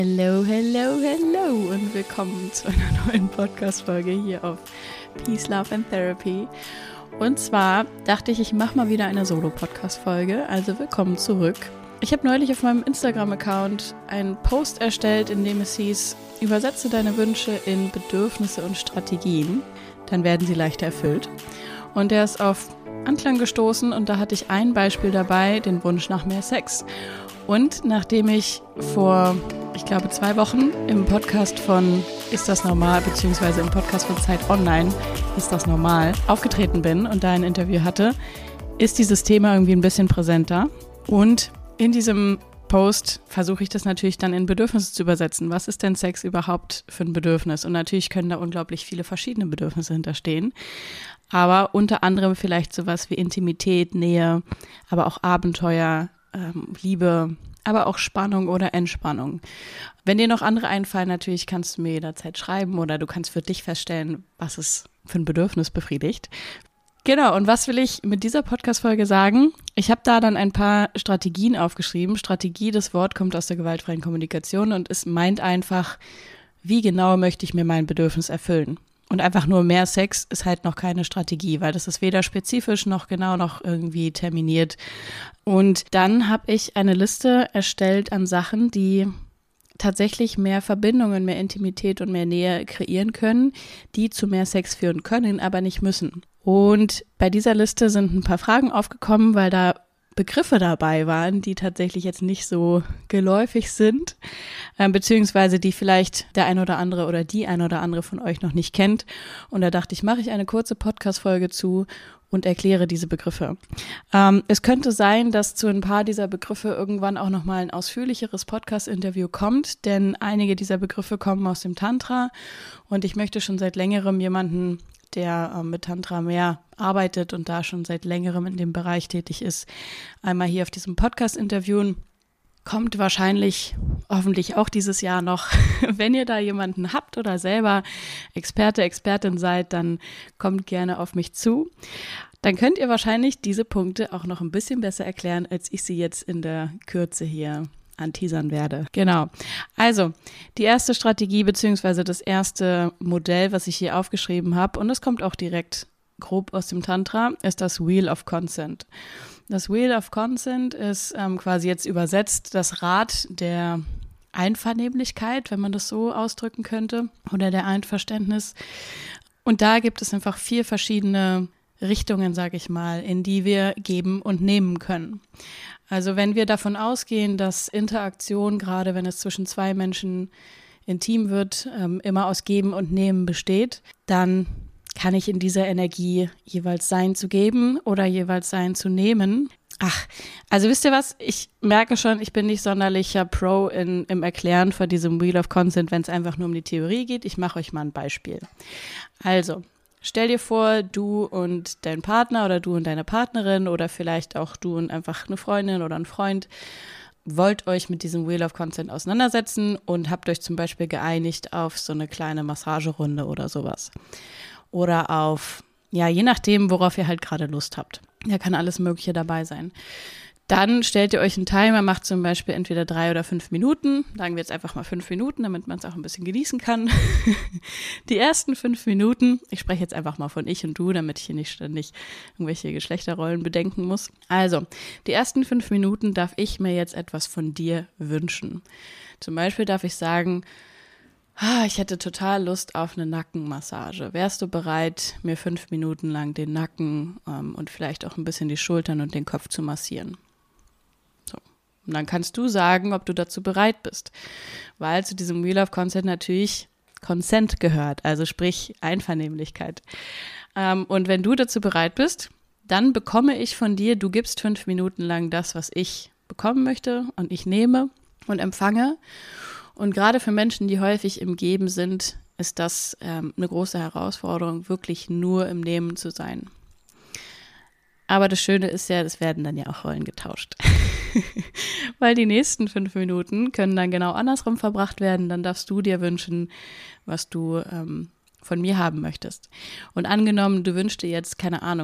Hello, hello, hello und willkommen zu einer neuen Podcast-Folge hier auf Peace, Love and Therapy. Und zwar dachte ich mache mal wieder eine Solo-Podcast-Folge, also willkommen zurück. Ich habe neulich auf meinem Instagram-Account einen Post erstellt, in dem es hieß, übersetze deine Wünsche in Bedürfnisse und Strategien, dann werden sie leichter erfüllt. Und der ist auf Anklang gestoßen und da hatte ich ein Beispiel dabei, den Wunsch nach mehr Sex. Und nachdem ich vor, ich glaube 2 Wochen im Podcast von Ist das normal, beziehungsweise im Podcast von Zeit Online Ist das normal, aufgetreten bin und da ein Interview hatte, ist dieses Thema irgendwie ein bisschen präsenter. Und in diesem Post versuche ich das natürlich dann in Bedürfnisse zu übersetzen. Was ist denn Sex überhaupt für ein Bedürfnis? Und natürlich können da unglaublich viele verschiedene Bedürfnisse hinterstehen. Aber unter anderem vielleicht sowas wie Intimität, Nähe, aber auch Abenteuer, Liebe, aber auch Spannung oder Entspannung. Wenn dir noch andere einfallen, natürlich kannst du mir jederzeit schreiben oder du kannst für dich feststellen, was es für ein Bedürfnis befriedigt. Genau, und was will ich mit dieser Podcast-Folge sagen? Ich habe da dann ein paar Strategien aufgeschrieben. Strategie, das Wort kommt aus der gewaltfreien Kommunikation und es meint einfach, wie genau möchte ich mir mein Bedürfnis erfüllen? Und einfach nur mehr Sex ist halt noch keine Strategie, weil das ist weder spezifisch noch genau noch irgendwie terminiert. Und dann habe ich eine Liste erstellt an Sachen, die tatsächlich mehr Verbindungen, mehr Intimität und mehr Nähe kreieren können, die zu mehr Sex führen können, aber nicht müssen. Und bei dieser Liste sind ein paar Fragen aufgekommen, weil da Begriffe dabei waren, die tatsächlich jetzt nicht so geläufig sind, beziehungsweise die vielleicht der ein oder andere oder die ein oder andere von euch noch nicht kennt. Und da dachte ich, mache ich eine kurze Podcast-Folge zu und erkläre diese Begriffe. Es könnte sein, dass zu ein paar dieser Begriffe irgendwann auch nochmal ein ausführlicheres Podcast-Interview kommt, denn einige dieser Begriffe kommen aus dem Tantra und ich möchte schon seit längerem jemanden, der mit Tantra mehr arbeitet und da schon seit längerem in dem Bereich tätig ist, einmal hier auf diesem Podcast interviewen. Kommt wahrscheinlich, hoffentlich auch dieses Jahr noch. Wenn ihr da jemanden habt oder selber Experte, Expertin seid, dann kommt gerne auf mich zu. Dann könnt ihr wahrscheinlich diese Punkte auch noch ein bisschen besser erklären, als ich sie jetzt in der Kürze hier anteasern werde. Genau. Also, die erste Strategie beziehungsweise das erste Modell, was ich hier aufgeschrieben habe, und das kommt auch direkt grob aus dem Tantra, ist das Wheel of Consent. Das Wheel of Consent ist quasi jetzt übersetzt das Rad der Einvernehmlichkeit, wenn man das so ausdrücken könnte, oder der Einverständnis. Und da gibt es einfach 4 verschiedene Richtungen, sage ich mal, in die wir geben und nehmen können. Also wenn wir davon ausgehen, dass Interaktion, gerade wenn es zwischen 2 Menschen intim wird, immer aus Geben und Nehmen besteht, dann kann ich in dieser Energie jeweils Sein zu geben oder jeweils Sein zu nehmen. Also wisst ihr was? Ich merke schon, ich bin nicht sonderlicher Pro im Erklären von diesem Wheel of Consent, wenn es einfach nur um die Theorie geht. Ich mache euch mal ein Beispiel. Also, stell dir vor, du und dein Partner oder du und deine Partnerin oder vielleicht auch du und einfach eine Freundin oder ein Freund wollt euch mit diesem Wheel of Consent auseinandersetzen und habt euch zum Beispiel geeinigt auf so eine kleine Massagerunde oder sowas. Oder auf, ja, je nachdem, worauf ihr halt gerade Lust habt. Da kann alles Mögliche dabei sein. Dann stellt ihr euch einen Timer, macht zum Beispiel entweder 3 oder 5 Minuten. Sagen wir jetzt einfach mal 5 Minuten, damit man es auch ein bisschen genießen kann. Die ersten 5 Minuten, ich spreche jetzt einfach mal von ich und du, damit ich hier nicht ständig irgendwelche Geschlechterrollen bedenken muss. Also, die ersten 5 Minuten darf ich mir jetzt etwas von dir wünschen. Zum Beispiel darf ich sagen, ich hätte total Lust auf eine Nackenmassage. Wärst du bereit, mir 5 Minuten lang den Nacken und vielleicht auch ein bisschen die Schultern und den Kopf zu massieren? So. Und dann kannst du sagen, ob du dazu bereit bist. Weil zu diesem Wheel of Consent natürlich Consent gehört, also sprich Einvernehmlichkeit. Und wenn du dazu bereit bist, dann bekomme ich von dir, du gibst 5 Minuten lang das, was ich bekommen möchte und ich nehme und empfange. Und gerade für Menschen, die häufig im Geben sind, ist das eine große Herausforderung, wirklich nur im Nehmen zu sein. Aber das Schöne ist ja, es werden dann ja auch Rollen getauscht. Weil die nächsten 5 Minuten können dann genau andersrum verbracht werden. Dann darfst du dir wünschen, was du von mir haben möchtest. Und angenommen, du wünschst dir jetzt, keine Ahnung,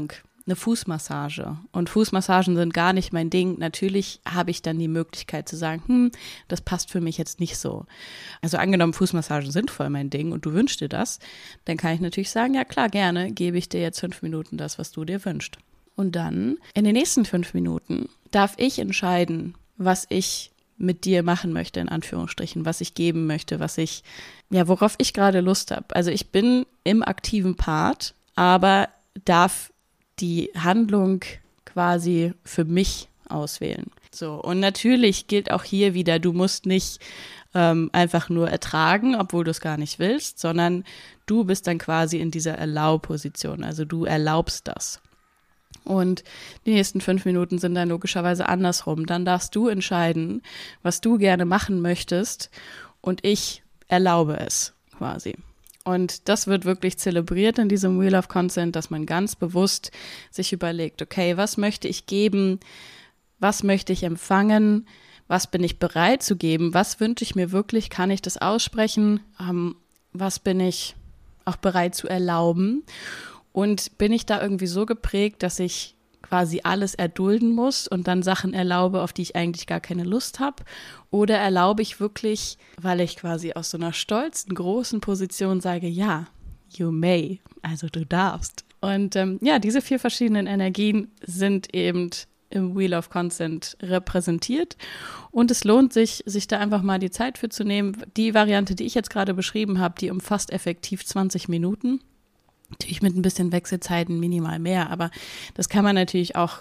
eine Fußmassage. Und Fußmassagen sind gar nicht mein Ding. Natürlich habe ich dann die Möglichkeit zu sagen, das passt für mich jetzt nicht so. Also angenommen, Fußmassagen sind voll mein Ding und du wünschst dir das, dann kann ich natürlich sagen, ja klar, gerne gebe ich dir jetzt 5 Minuten das, was du dir wünschst. Und dann in den nächsten 5 Minuten darf ich entscheiden, was ich mit dir machen möchte, in Anführungsstrichen, was ich geben möchte, worauf ich gerade Lust habe. Also ich bin im aktiven Part, aber darf die Handlung quasi für mich auswählen. So, und natürlich gilt auch hier wieder, du musst nicht einfach nur ertragen, obwohl du es gar nicht willst, sondern du bist dann quasi in dieser Allow-Position, also du erlaubst das. Und die nächsten 5 Minuten sind dann logischerweise andersrum. Dann darfst du entscheiden, was du gerne machen möchtest und ich erlaube es quasi. Und das wird wirklich zelebriert in diesem Wheel of Consent, dass man ganz bewusst sich überlegt, okay, was möchte ich geben, was möchte ich empfangen, was bin ich bereit zu geben, was wünsche ich mir wirklich, kann ich das aussprechen, was bin ich auch bereit zu erlauben und bin ich da irgendwie so geprägt, dass ich quasi alles erdulden muss und dann Sachen erlaube, auf die ich eigentlich gar keine Lust habe? Oder erlaube ich wirklich, weil ich quasi aus so einer stolzen, großen Position sage, ja, you may, also du darfst. Und diese 4 verschiedenen Energien sind eben im Wheel of Consent repräsentiert. Und es lohnt sich da einfach mal die Zeit für zu nehmen. Die Variante, die ich jetzt gerade beschrieben habe, die umfasst effektiv 20 Minuten. Natürlich mit ein bisschen Wechselzeiten minimal mehr, aber das kann man natürlich auch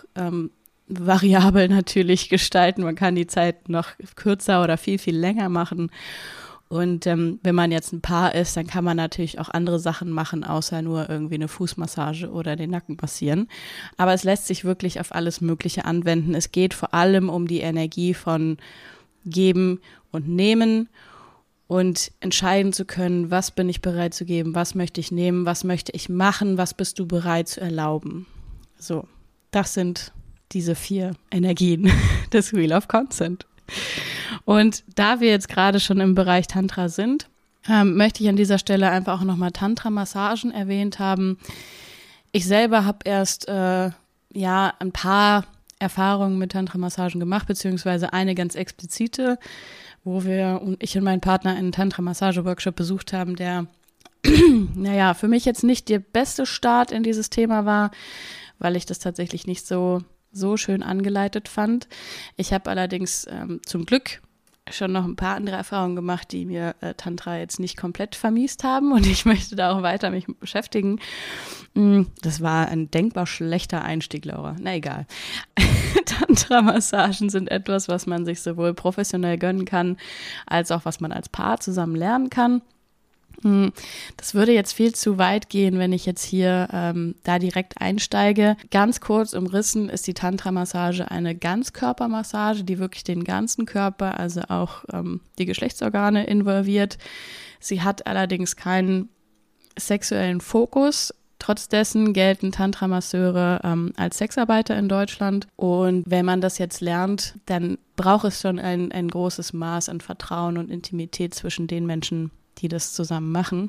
variabel natürlich gestalten. Man kann die Zeit noch kürzer oder viel, viel länger machen. Und wenn man jetzt ein Paar ist, dann kann man natürlich auch andere Sachen machen, außer nur irgendwie eine Fußmassage oder den Nacken massieren. Aber es lässt sich wirklich auf alles Mögliche anwenden. Es geht vor allem um die Energie von Geben und Nehmen und entscheiden zu können, was bin ich bereit zu geben, was möchte ich nehmen, was möchte ich machen, was bist du bereit zu erlauben. So, das sind diese 4 Energien des Wheel of Consent. Und da wir jetzt gerade schon im Bereich Tantra sind, möchte ich an dieser Stelle einfach auch nochmal Tantra-Massagen erwähnt haben. Ich selber habe erst ein paar Erfahrungen mit Tantra-Massagen gemacht, beziehungsweise eine ganz explizite, wo ich und mein Partner einen Tantra-Massage-Workshop besucht haben, der, für mich jetzt nicht der beste Start in dieses Thema war, weil ich das tatsächlich nicht so schön angeleitet fand. Ich habe allerdings zum Glück schon noch ein paar andere Erfahrungen gemacht, die mir Tantra jetzt nicht komplett vermiest haben und ich möchte da auch weiter mich beschäftigen. Das war ein denkbar schlechter Einstieg, Laura. Na egal. Tantra-Massagen sind etwas, was man sich sowohl professionell gönnen kann, als auch was man als Paar zusammen lernen kann. Das würde jetzt viel zu weit gehen, wenn ich jetzt hier da direkt einsteige. Ganz kurz umrissen ist die Tantra-Massage eine Ganzkörpermassage, die wirklich den ganzen Körper, also auch die Geschlechtsorgane involviert. Sie hat allerdings keinen sexuellen Fokus. Trotz dessen gelten Tantra-Masseure als Sexarbeiter in Deutschland. Und wenn man das jetzt lernt, dann braucht es schon ein großes Maß an Vertrauen und Intimität zwischen den Menschen, die das zusammen machen.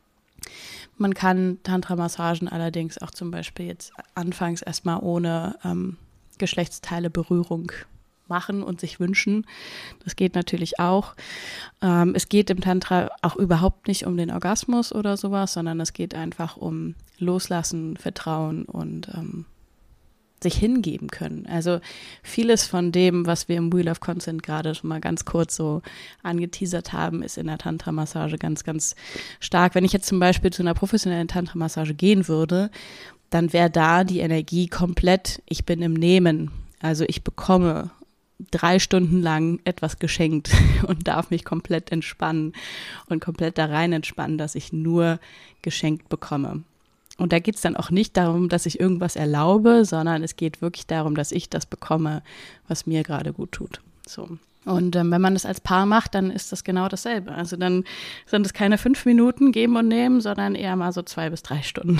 Man kann Tantra-Massagen allerdings auch zum Beispiel jetzt anfangs erstmal ohne Geschlechtsteile Berührung machen und sich wünschen. Das geht natürlich auch. Es geht im Tantra auch überhaupt nicht um den Orgasmus oder sowas, sondern es geht einfach um Loslassen, Vertrauen und sich hingeben können. Also vieles von dem, was wir im Wheel of Consent gerade schon mal ganz kurz so angeteasert haben, ist in der Tantra-Massage ganz, ganz stark. Wenn ich jetzt zum Beispiel zu einer professionellen Tantra-Massage gehen würde, dann wäre da die Energie komplett, ich bin im Nehmen. Also ich bekomme 3 Stunden lang etwas geschenkt und darf mich komplett entspannen und komplett da rein entspannen, dass ich nur geschenkt bekomme. Und da geht es dann auch nicht darum, dass ich irgendwas erlaube, sondern es geht wirklich darum, dass ich das bekomme, was mir gerade gut tut. So. Und wenn man das als Paar macht, dann ist das genau dasselbe. Also dann sind es keine 5 Minuten geben und nehmen, sondern eher mal so 2 bis 3 Stunden.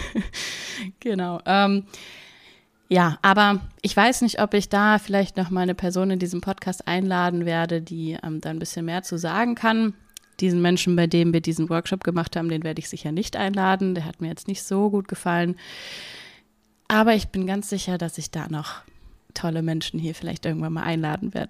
Genau. Ja, aber ich weiß nicht, ob ich da vielleicht noch mal eine Person in diesem Podcast einladen werde, die da ein bisschen mehr zu sagen kann. Diesen Menschen, bei dem wir diesen Workshop gemacht haben, den werde ich sicher nicht einladen. Der hat mir jetzt nicht so gut gefallen. Aber ich bin ganz sicher, dass ich da noch tolle Menschen hier vielleicht irgendwann mal einladen werde.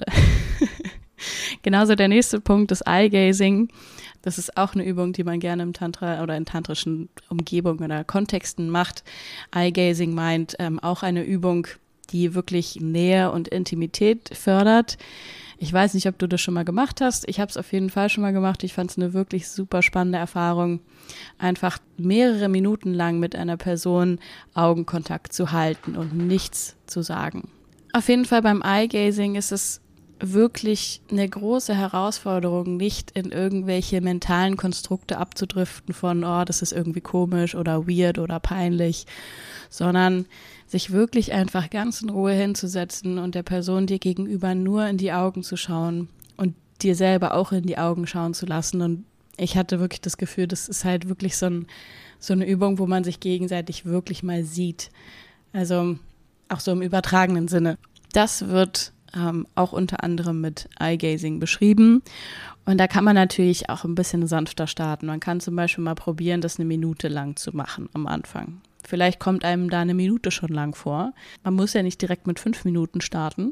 Genauso der nächste Punkt ist Eye-Gazing. Das ist auch eine Übung, die man gerne im Tantra oder in tantrischen Umgebungen oder Kontexten macht. Eye-Gazing meint auch eine Übung, die wirklich Nähe und Intimität fördert. Ich weiß nicht, ob du das schon mal gemacht hast. Ich habe es auf jeden Fall schon mal gemacht. Ich fand es eine wirklich super spannende Erfahrung, einfach mehrere Minuten lang mit einer Person Augenkontakt zu halten und nichts zu sagen. Auf jeden Fall beim Eye-Gazing ist es wirklich eine große Herausforderung, nicht in irgendwelche mentalen Konstrukte abzudriften von, oh, das ist irgendwie komisch oder weird oder peinlich, sondern sich wirklich einfach ganz in Ruhe hinzusetzen und der Person dir gegenüber nur in die Augen zu schauen und dir selber auch in die Augen schauen zu lassen. Und ich hatte wirklich das Gefühl, das ist halt wirklich so eine Übung, wo man sich gegenseitig wirklich mal sieht. Also auch so im übertragenen Sinne. Das wird auch unter anderem mit Eye-Gazing beschrieben. Und da kann man natürlich auch ein bisschen sanfter starten. Man kann zum Beispiel mal probieren, das 1 Minute lang zu machen am Anfang. Vielleicht kommt einem da 1 Minute schon lang vor. Man muss ja nicht direkt mit 5 Minuten starten.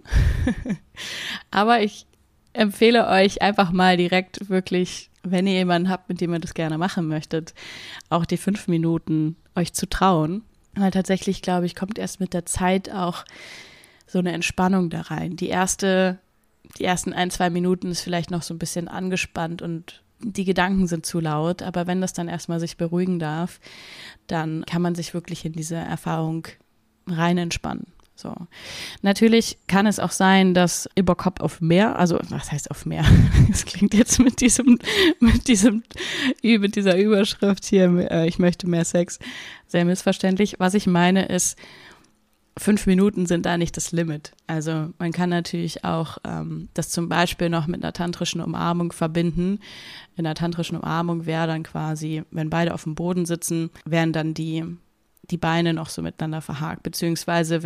Aber ich empfehle euch einfach mal direkt wirklich, wenn ihr jemanden habt, mit dem ihr das gerne machen möchtet, auch die 5 Minuten euch zu trauen. Weil tatsächlich, glaube ich, kommt erst mit der Zeit auch so eine Entspannung da rein. Die ersten 1-2 Minuten ist vielleicht noch so ein bisschen angespannt und die Gedanken sind zu laut, aber wenn das dann erstmal sich beruhigen darf, dann kann man sich wirklich in diese Erfahrung rein entspannen. So. Natürlich kann es auch sein, dass über Kopf auf mehr, also was heißt auf mehr? Das klingt jetzt mit dieser Überschrift hier, ich möchte mehr Sex, sehr missverständlich. Was ich meine ist, 5 Minuten sind da nicht das Limit. Also man kann natürlich auch das zum Beispiel noch mit einer tantrischen Umarmung verbinden. In einer tantrischen Umarmung wäre dann quasi, wenn beide auf dem Boden sitzen, wären dann die Beine noch so miteinander verhakt. Beziehungsweise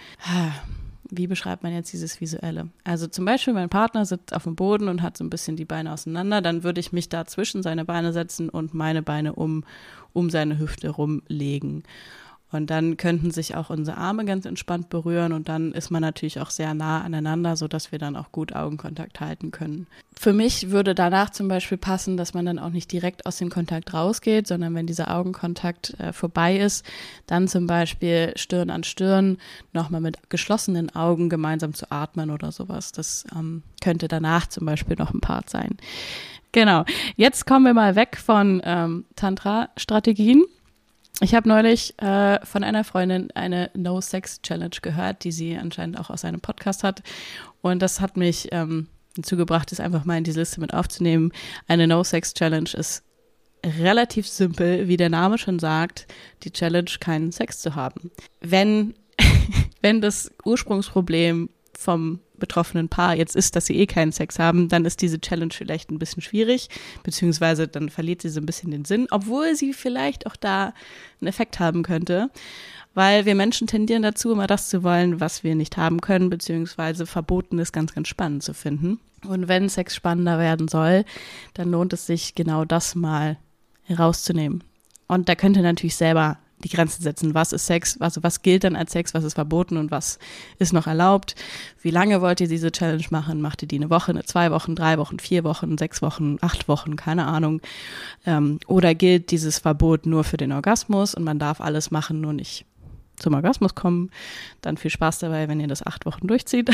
wie beschreibt man jetzt dieses Visuelle? Also zum Beispiel mein Partner sitzt auf dem Boden und hat so ein bisschen die Beine auseinander, dann würde ich mich da zwischen seine Beine setzen und meine Beine um seine Hüfte rumlegen. Und dann könnten sich auch unsere Arme ganz entspannt berühren und dann ist man natürlich auch sehr nah aneinander, sodass wir dann auch gut Augenkontakt halten können. Für mich würde danach zum Beispiel passen, dass man dann auch nicht direkt aus dem Kontakt rausgeht, sondern wenn dieser Augenkontakt vorbei ist, dann zum Beispiel Stirn an Stirn nochmal mit geschlossenen Augen gemeinsam zu atmen oder sowas. Das könnte danach zum Beispiel noch ein Part sein. Genau, jetzt kommen wir mal weg von Tantra-Strategien. Ich habe neulich von einer Freundin eine No-Sex-Challenge gehört, die sie anscheinend auch aus einem Podcast hat. Und das hat mich dazu gebracht, es einfach mal in diese Liste mit aufzunehmen. Eine No-Sex-Challenge ist relativ simpel, wie der Name schon sagt, die Challenge, keinen Sex zu haben. Wenn das Ursprungsproblem vom betroffenen Paar jetzt ist, dass sie keinen Sex haben, dann ist diese Challenge vielleicht ein bisschen schwierig, beziehungsweise dann verliert sie so ein bisschen den Sinn, obwohl sie vielleicht auch da einen Effekt haben könnte, weil wir Menschen tendieren dazu, immer das zu wollen, was wir nicht haben können, beziehungsweise Verbotenes ganz, ganz spannend zu finden. Und wenn Sex spannender werden soll, dann lohnt es sich, genau das mal herauszunehmen. Und da könnt ihr natürlich selber die Grenzen setzen. Was ist Sex? Also was gilt dann als Sex? Was ist verboten und was ist noch erlaubt? Wie lange wollt ihr diese Challenge machen? Macht ihr die 1 Woche, 2 Wochen, 3 Wochen, 4 Wochen, 6 Wochen, 8 Wochen? Keine Ahnung. Oder gilt dieses Verbot nur für den Orgasmus und man darf alles machen, nur nicht zum Orgasmus kommen? Dann viel Spaß dabei, wenn ihr das 8 Wochen durchzieht.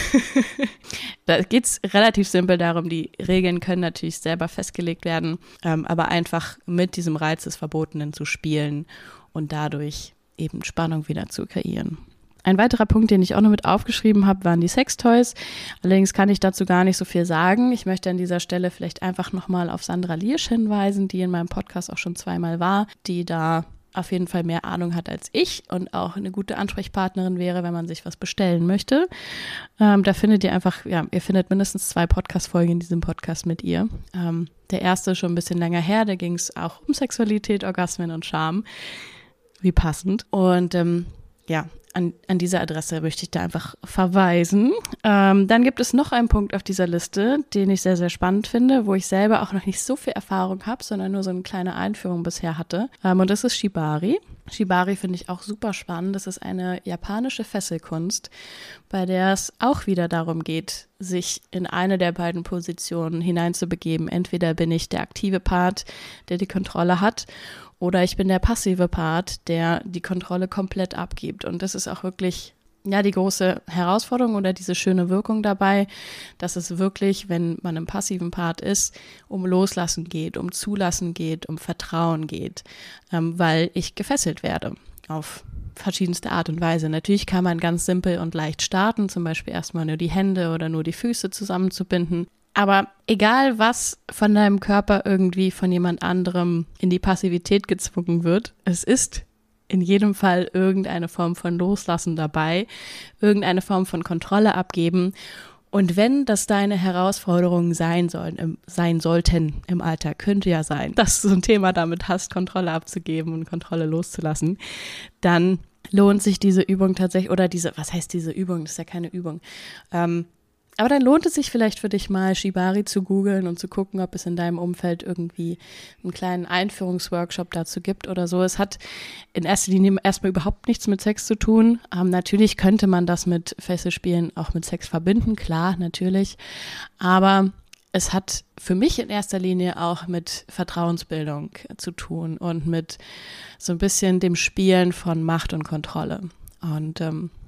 Da geht es relativ simpel darum, die Regeln können natürlich selber festgelegt werden, aber einfach mit diesem Reiz des Verbotenen zu spielen und dadurch eben Spannung wieder zu kreieren. Ein weiterer Punkt, den ich auch noch mit aufgeschrieben habe, waren die Sextoys. Allerdings kann ich dazu gar nicht so viel sagen. Ich möchte an dieser Stelle vielleicht einfach nochmal auf Sandra Liersch hinweisen, die in meinem Podcast auch schon 2-mal war, die da auf jeden Fall mehr Ahnung hat als ich und auch eine gute Ansprechpartnerin wäre, wenn man sich was bestellen möchte. Da findet ihr einfach, ihr findet mindestens 2 Podcast-Folgen in diesem Podcast mit ihr. Der erste schon ein bisschen länger her, da ging es auch um Sexualität, Orgasmen und Scham. Wie passend. Und an diese Adresse möchte ich da einfach verweisen. Dann gibt es noch einen Punkt auf dieser Liste, den ich sehr, sehr spannend finde, wo ich selber auch noch nicht so viel Erfahrung habe, sondern nur so eine kleine Einführung bisher hatte. Und das ist Shibari. Shibari finde ich auch super spannend. Das ist eine japanische Fesselkunst, bei der es auch wieder darum geht, sich in eine der beiden Positionen hineinzubegeben. Entweder bin ich der aktive Part, der die Kontrolle hat, oder ich bin der passive Part, der die Kontrolle komplett abgibt. Und das ist auch wirklich die große Herausforderung oder diese schöne Wirkung dabei, dass es wirklich, wenn man im passiven Part ist, um Loslassen geht, um Zulassen geht, um Vertrauen geht, weil ich gefesselt werde auf verschiedenste Art und Weise. Natürlich kann man ganz simpel und leicht starten, zum Beispiel erstmal nur die Hände oder nur die Füße zusammenzubinden. Aber egal, was von deinem Körper irgendwie von jemand anderem in die Passivität gezwungen wird, es ist in jedem Fall irgendeine Form von Loslassen dabei, irgendeine Form von Kontrolle abgeben. Und wenn das deine Herausforderungen sein sollten im Alltag, könnte ja sein, dass du so ein Thema damit hast, Kontrolle abzugeben und Kontrolle loszulassen, dann lohnt sich diese Übung tatsächlich, oder was heißt diese Übung? Das ist ja keine Übung. Aber dann lohnt es sich vielleicht für dich mal, Shibari zu googeln und zu gucken, ob es in deinem Umfeld irgendwie einen kleinen Einführungsworkshop dazu gibt oder so. Es hat in erster Linie erstmal überhaupt nichts mit Sex zu tun. Natürlich könnte man das mit Fesselspielen auch mit Sex verbinden, klar, natürlich. Aber es hat für mich in erster Linie auch mit Vertrauensbildung zu tun und mit so ein bisschen dem Spielen von Macht und Kontrolle. Und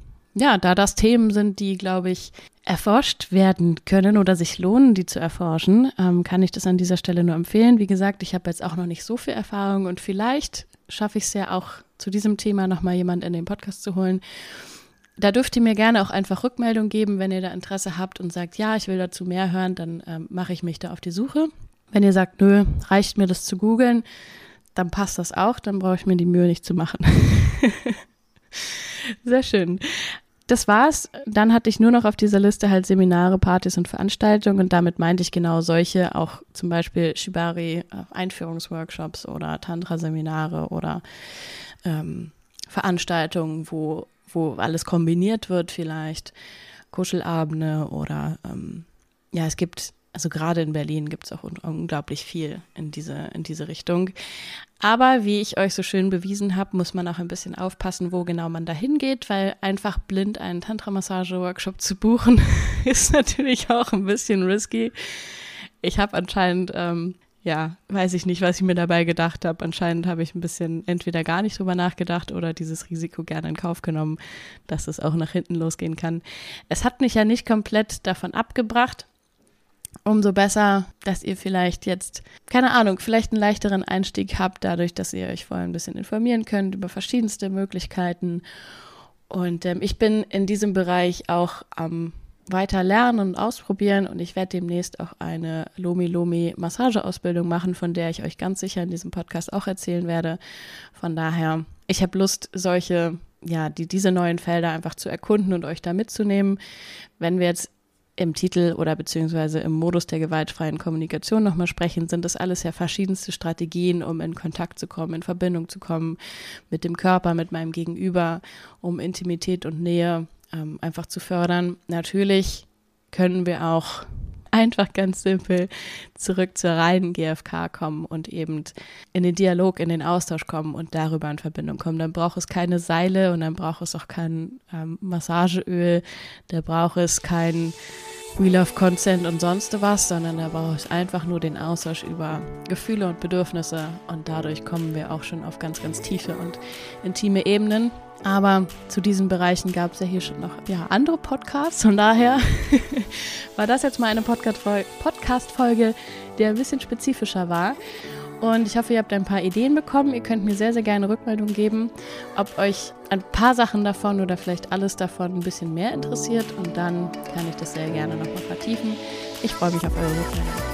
da das Themen sind, die, glaube ich, erforscht werden können oder sich lohnen, die zu erforschen, kann ich das an dieser Stelle nur empfehlen. Wie gesagt, ich habe jetzt auch noch nicht so viel Erfahrung und vielleicht schaffe ich es ja auch zu diesem Thema nochmal jemand in den Podcast zu holen. Da dürft ihr mir gerne auch einfach Rückmeldung geben, wenn ihr da Interesse habt und sagt, ja, ich will dazu mehr hören, dann mache ich mich da auf die Suche. Wenn ihr sagt, nö, reicht mir das zu googeln, dann passt das auch, dann brauche ich mir die Mühe nicht zu machen. Sehr schön. Das war's. Dann hatte ich nur noch auf dieser Liste halt Seminare, Partys und Veranstaltungen und damit meinte ich genau solche, auch zum Beispiel Shibari, Einführungsworkshops oder Tantra-Seminare oder Veranstaltungen, wo alles kombiniert wird vielleicht, Kuschelabende oder es gibt, also gerade in Berlin gibt es auch unglaublich viel in diese Richtung. Aber wie ich euch so schön bewiesen habe, muss man auch ein bisschen aufpassen, wo genau man da hingeht, weil einfach blind einen Tantra-Massage-Workshop zu buchen, ist natürlich auch ein bisschen risky. Ich habe anscheinend, weiß ich nicht, was ich mir dabei gedacht habe. Anscheinend habe ich ein bisschen entweder gar nicht drüber nachgedacht oder dieses Risiko gerne in Kauf genommen, dass es auch nach hinten losgehen kann. Es hat mich ja nicht komplett davon abgebracht. Umso besser, dass ihr vielleicht jetzt, keine Ahnung, vielleicht einen leichteren Einstieg habt, dadurch, dass ihr euch vorher ein bisschen informieren könnt über verschiedenste Möglichkeiten. Und ich bin in diesem Bereich auch am weiter lernen und ausprobieren und ich werde demnächst auch eine Lomi-Lomi-Massageausbildung machen, von der ich euch ganz sicher in diesem Podcast auch erzählen werde. Von daher, ich habe Lust, diese neuen Felder einfach zu erkunden und euch da mitzunehmen. Wenn wir jetzt im Titel oder beziehungsweise im Modus der gewaltfreien Kommunikation nochmal sprechen, sind das alles ja verschiedenste Strategien, um in Kontakt zu kommen, in Verbindung zu kommen mit dem Körper, mit meinem Gegenüber, um Intimität und Nähe einfach zu fördern. Natürlich können wir auch einfach ganz simpel zurück zur reinen GFK kommen und eben in den Dialog, in den Austausch kommen und darüber in Verbindung kommen. Dann braucht es keine Seile und dann braucht es auch kein Massageöl, da braucht es kein We Love Consent und sonst was, sondern da braucht es einfach nur den Austausch über Gefühle und Bedürfnisse und dadurch kommen wir auch schon auf ganz, ganz tiefe und intime Ebenen. Aber zu diesen Bereichen gab es ja hier schon noch andere Podcasts. Von daher war das jetzt mal eine Podcast-Folge, die ein bisschen spezifischer war. Und ich hoffe, ihr habt ein paar Ideen bekommen. Ihr könnt mir sehr, sehr gerne Rückmeldung geben, ob euch ein paar Sachen davon oder vielleicht alles davon ein bisschen mehr interessiert. Und dann kann ich das sehr gerne nochmal vertiefen. Ich freue mich auf eure Rückmeldung.